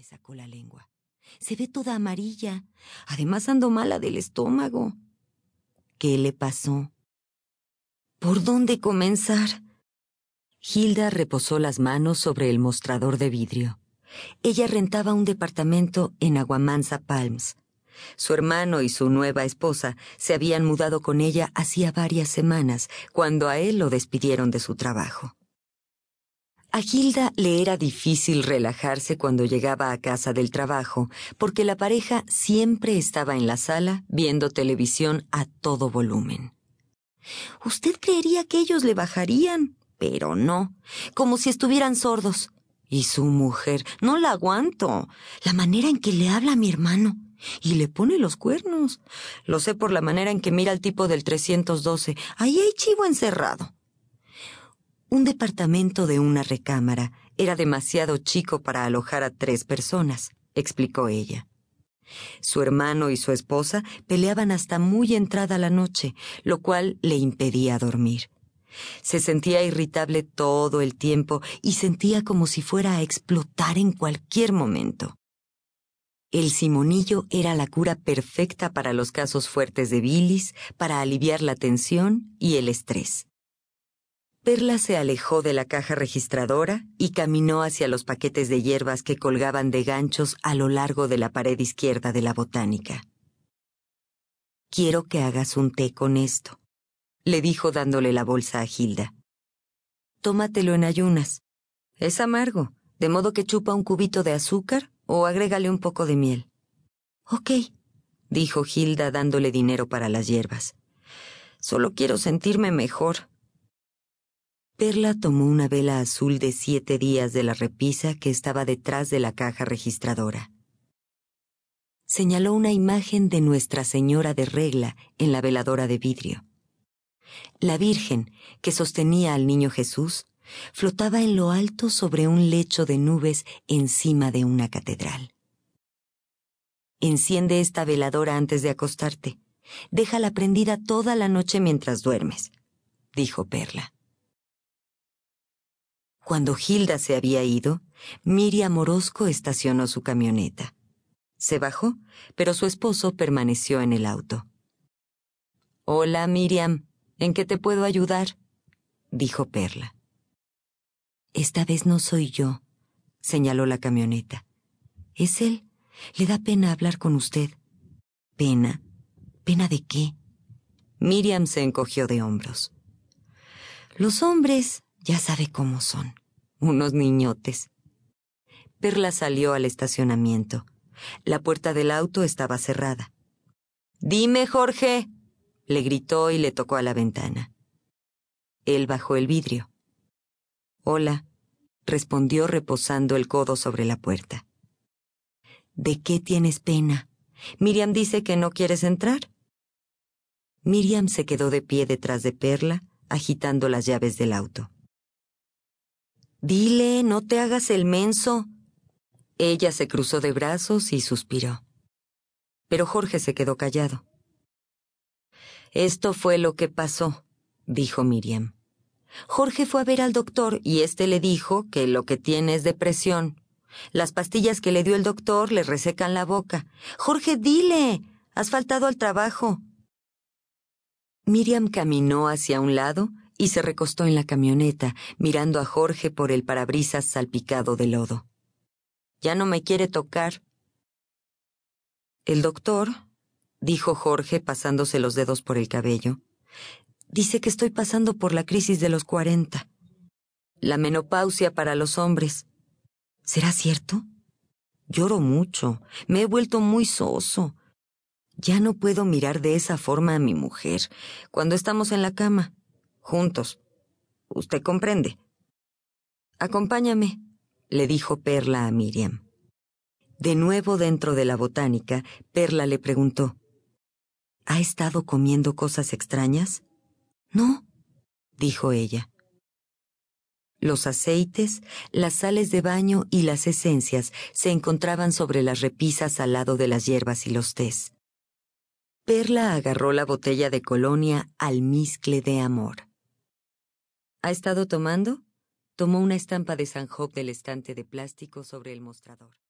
sacó la lengua. Se ve toda amarilla. Además ando mala del estómago. ¿Qué le pasó? ¿Por dónde comenzar? Hilda reposó las manos sobre el mostrador de vidrio. Ella rentaba un departamento en Aguamansa Palms. Su hermano y su nueva esposa se habían mudado con ella hacía varias semanas, cuando a él lo despidieron de su trabajo. A Hilda le era difícil relajarse cuando llegaba a casa del trabajo, porque la pareja siempre estaba en la sala viendo televisión a todo volumen. Usted creería que ellos le bajarían, pero no, como si estuvieran sordos. Y su mujer, no la aguanto. La manera en que le habla a mi hermano. Y le pone los cuernos. Lo sé por la manera en que mira al tipo del 312. Ahí hay chivo encerrado. Un departamento de una recámara era demasiado chico para alojar a 3 personas, explicó ella. Su hermano y su esposa peleaban hasta muy entrada la noche, lo cual le impedía dormir. Se sentía irritable todo el tiempo y sentía como si fuera a explotar en cualquier momento. El simonillo era la cura perfecta para los casos fuertes de bilis, para aliviar la tensión y el estrés. Perla se alejó de la caja registradora y caminó hacia los paquetes de hierbas que colgaban de ganchos a lo largo de la pared izquierda de la botánica. «Quiero que hagas un té con esto», le dijo dándole la bolsa a Hilda. «Tómatelo en ayunas. Es amargo, de modo que chupa un cubito de azúcar o agrégale un poco de miel». «Ok», dijo Hilda dándole dinero para las hierbas. «Solo quiero sentirme mejor». Perla tomó una vela azul de 7 días de la repisa que estaba detrás de la caja registradora. Señaló una imagen de Nuestra Señora de Regla en la veladora de vidrio. La Virgen, que sostenía al niño Jesús, flotaba en lo alto sobre un lecho de nubes encima de una catedral. «Enciende esta veladora antes de acostarte. Déjala prendida toda la noche mientras duermes», dijo Perla. Cuando Hilda se había ido, Miriam Orozco estacionó su camioneta. Se bajó, pero su esposo permaneció en el auto. «Hola, Miriam, ¿en qué te puedo ayudar?», dijo Perla. «Esta vez no soy yo», señaló la camioneta. «Es él. Le da pena hablar con usted». «¿Pena? ¿Pena de qué?». Miriam se encogió de hombros. «Los hombres, ya sabe cómo son. Unos niñotes». Perla salió al estacionamiento. La puerta del auto estaba cerrada. «Dime, Jorge», le gritó y le tocó a la ventana. Él bajó el vidrio. «Hola», respondió reposando el codo sobre la puerta. «¿De qué tienes pena? Miriam dice que no quieres entrar». Miriam se quedó de pie detrás de Perla, agitando las llaves del auto. «Dile, no te hagas el menso». Ella se cruzó de brazos y suspiró. Pero Jorge se quedó callado. «Esto fue lo que pasó», dijo Miriam. «Jorge fue a ver al doctor y éste le dijo que lo que tiene es depresión. Las pastillas que le dio el doctor le resecan la boca. Jorge, dile, has faltado al trabajo». Miriam caminó hacia un lado y se recostó en la camioneta, mirando a Jorge por el parabrisas salpicado de lodo. «Ya no me quiere tocar». «El doctor», dijo Jorge pasándose los dedos por el cabello, «dice que estoy pasando por la crisis de los 40. La menopausia para los hombres. ¿Será cierto? Lloro mucho, me he vuelto muy soso. Ya no puedo mirar de esa forma a mi mujer cuando estamos en la cama, juntos. Usted comprende». «Acompáñame», le dijo Perla a Miriam. De nuevo dentro de la botánica, Perla le preguntó, «¿Ha estado comiendo cosas extrañas?». «No», dijo ella. Los aceites, las sales de baño y las esencias se encontraban sobre las repisas al lado de las hierbas y los tés. Perla agarró la botella de colonia Almizcle de Amor. «¿Ha estado tomando?». Tomó una estampa de San Job del estante de plástico sobre el mostrador.